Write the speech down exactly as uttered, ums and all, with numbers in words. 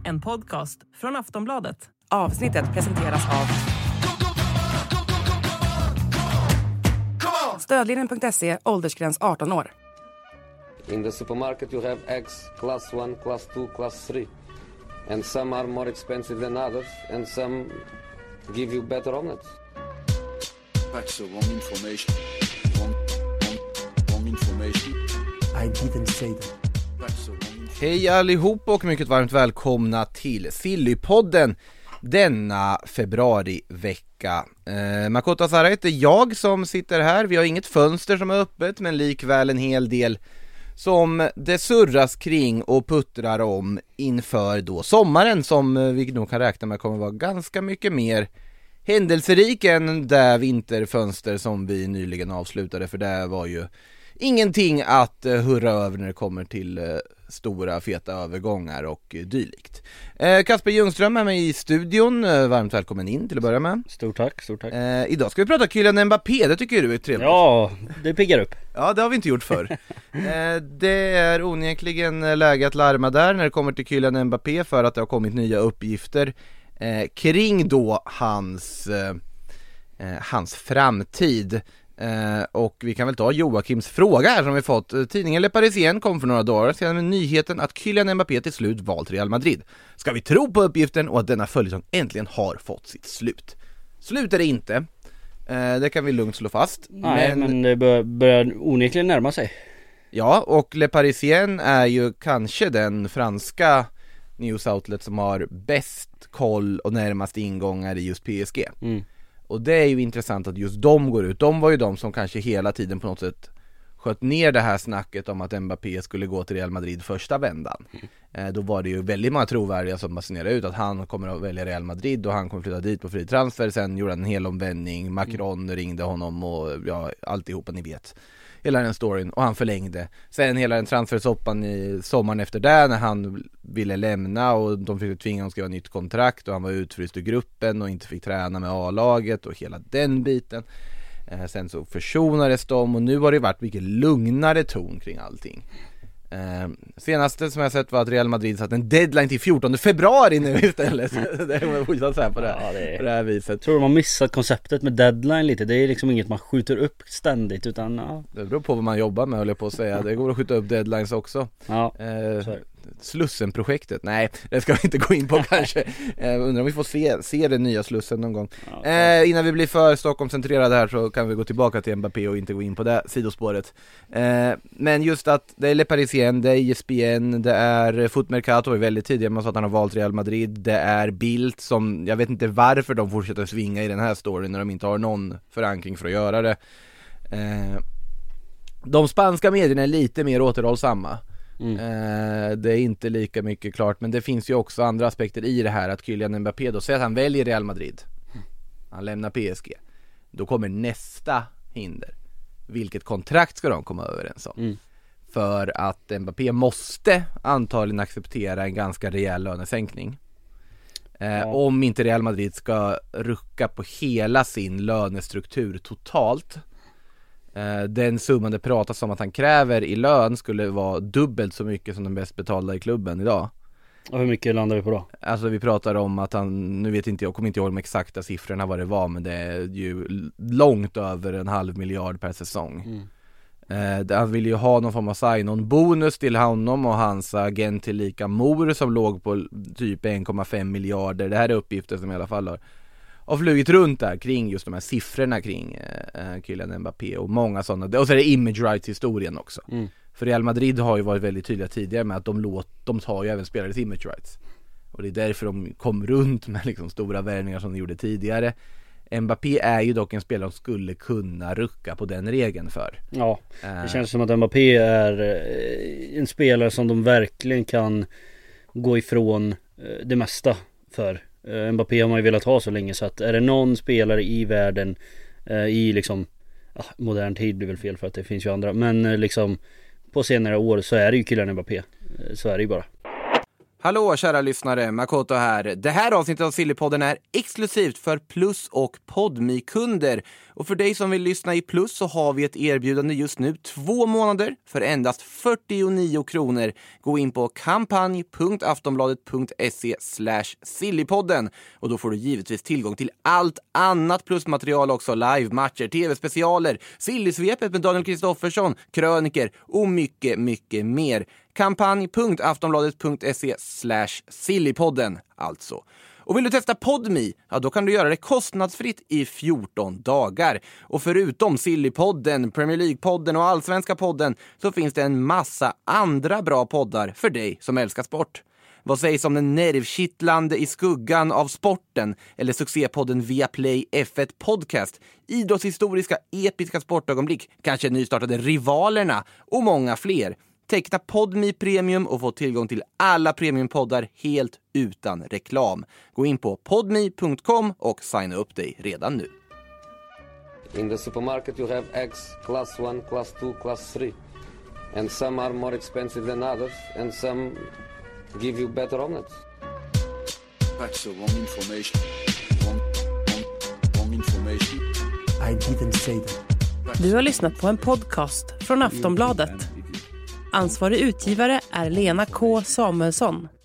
En podcast från Aftonbladet. Avsnittet presenteras av Stödlinjen punkt se, åldersgräns arton år. In the supermarket you have eggs class one, class two, class three. And some are more expensive than others, and some give you better omelets. That's the wrong information. Wrong, wrong, wrong information. I didn't say that. That's the wrong information. Hej allihop och mycket varmt välkomna till Sillypodden denna februarivecka. Eh, Makoto Asara heter jag som sitter här. Vi har inget fönster som är öppet, men likväl en hel del som det surras kring och puttrar om inför då sommaren, som vi nog kan räkna med kommer vara ganska mycket mer händelserik än det vinterfönster som vi nyligen avslutade, för det var ju ingenting att uh, hurra över när det kommer till uh, stora feta övergångar och uh, dylikt. Uh, Kasper Ljungström är med i studion. Uh, varmt välkommen in till att börja med. Stort tack, stort tack. Uh, idag ska vi prata Kylian Mbappé, det tycker du är trevligt. Ja, det piggar upp. Ja, det har vi inte gjort förr. uh, det är onekligen läge att larma där när det kommer till Kylian Mbappé, för att det har kommit nya uppgifter uh, kring då hans, uh, uh, hans framtid. Uh, och vi kan väl ta Joakims fråga här som vi fått. Uh, tidningen Le Parisien kom för några dagar sedan med nyheten att Kylian Mbappé till slut valt Real Madrid. Ska vi tro på uppgiften och att denna följetong äntligen har fått sitt slut? Slut är det inte. Uh, det kan vi lugnt slå fast. Nej, men, men det bör, börjar onekligen närma sig. Ja, och Le Parisien är ju kanske den franska news outlet som har bäst koll och närmast ingångar i just P S G. Mm. Och det är ju intressant att just de går ut. De var ju de som kanske hela tiden på något sätt sköt ner det här snacket om att Mbappé skulle gå till Real Madrid första vändan. Mm. Eh, då var det ju väldigt många trovärdiga som basunerade ut att han kommer att välja Real Madrid och han kommer flytta dit på fri transfer. Sen gjorde han en hel omvändning. Macron mm. ringde honom och ja, alltihopa ni vet. Hela den storyn, och han förlängde. Sen hela den transfersoppan i sommaren efter det när han ville lämna och de fick tvinga honom att skriva nytt kontrakt och han var utfryst ur gruppen och inte fick träna med A-laget och hela den biten. Eh, sen så försonades de och nu har det varit mycket lugnare ton kring allting. Eh, senaste som jag sett var att Real Madrid satt en deadline till fjortonde februari nu istället. Det var fortsatt så här på det, ja, det är... på det här viset. Jag tror de har missat konceptet med deadline lite. Det är liksom inget man skjuter upp ständigt, utan ja. Det beror på vad man jobbar med, håller jag på att säga. Det går att skjuta upp deadlines också. Ja, eh, Slussen-projektet. Nej, det ska vi inte gå in på kanske. eh, Undrar om vi får se, se den nya Slussen någon gång. Ja, eh, innan vi blir för Stockholm-centrerade här så kan vi gå tillbaka till Mbappé och inte gå in på det sidospåret. eh, Men just att det är Le Parisien, det är E S P N, det är Footmercato är väldigt tidigt. Man sa att han har valt Real Madrid. Det är Bild som, jag vet inte varför de fortsätter svinga i den här storyn när de inte har någon förankring för att göra det. eh, De spanska medierna är lite mer återhållsamma. Mm. Eh, det är inte lika mycket klart, men det finns ju också andra aspekter i det här, att Kylian Mbappé då säger att han väljer Real Madrid, han lämnar P S G, då kommer nästa hinder. Vilket kontrakt ska de komma överens om? Mm. För att Mbappé måste antagligen acceptera en ganska rejäl lönesänkning. eh, ja. Om inte Real Madrid ska rucka på hela sin lönestruktur totalt. Den summan det pratas om att han kräver i lön skulle vara dubbelt så mycket som den bäst betalda i klubben idag. Och hur mycket landar vi på då? Alltså vi pratar om att han, nu vet inte jag, kommer inte ihåg de exakta siffrorna vad det var, men det är ju långt över en halv miljard per säsong. Mm. Eh, han vill ju ha någon form av sign-on-bonus till honom och hans agent till lika Mor som låg på typ en komma fem miljarder. Det här är uppgifter som i alla fall har har flugit runt där kring just de här siffrorna kring eh, Kylian Mbappé och många sådana. Och så är det image rights historien också. Mm. För Real Madrid har ju varit väldigt tydliga tidigare med att de låt, de tar ju även spelares image rights. Och det är därför de kom runt med liksom stora värvningar som de gjorde tidigare. Mbappé är ju dock en spelare som skulle kunna rucka på den regeln för. Ja, det känns som att Mbappé är en spelare som de verkligen kan gå ifrån det mesta för. Mbappé har man ju velat ha så länge, så att är det någon spelare i världen eh, i liksom ja, modern tid blir väl fel för att det finns ju andra, men eh, liksom på senare år så är det ju Kylian Mbappé, så är det ju bara. Hallå kära lyssnare, Makoto här. Det här avsnittet av Sillypodden är exklusivt för Plus och Podme-kunder. Och för dig som vill lyssna i Plus så har vi ett erbjudande just nu, två månader för endast fyrtionio kronor. Gå in på kampanj punkt aftonbladet punkt se slash sillypodden och då får du givetvis tillgång till allt annat Plus-material också, live-matcher, tv-specialer, Silly-svepet med Daniel Kristoffersson, kröniker och mycket, mycket mer. kampanj punkt aftonbladet punkt se slash sillypodden alltså. Och vill du testa Podme, ja då kan du göra det kostnadsfritt i fjorton dagar. Och förutom Sillypodden, Premier League-podden och Allsvenska podden så finns det en massa andra bra poddar för dig som älskar sport. Vad sägs om den nervkittlande I skuggan av sporten eller succépodden Viaplay F ett Podcast, idrottshistoriska episka sportögonblick, kanske nystartade Rivalerna och många fler. Teckna Podme Premium och få tillgång till alla premiumpoddar helt utan reklam. Gå in på podme punkt com och signa upp dig redan nu. In the supermarket you have eggs class one, class two, class three. And some are more expensive than others and some give you better omelets. That's the wrong information. Wrong, wrong, wrong information. I didn't say that. Du har lyssnat på en podcast från Aftonbladet. Ansvarig utgivare är Lena K. Samuelsson.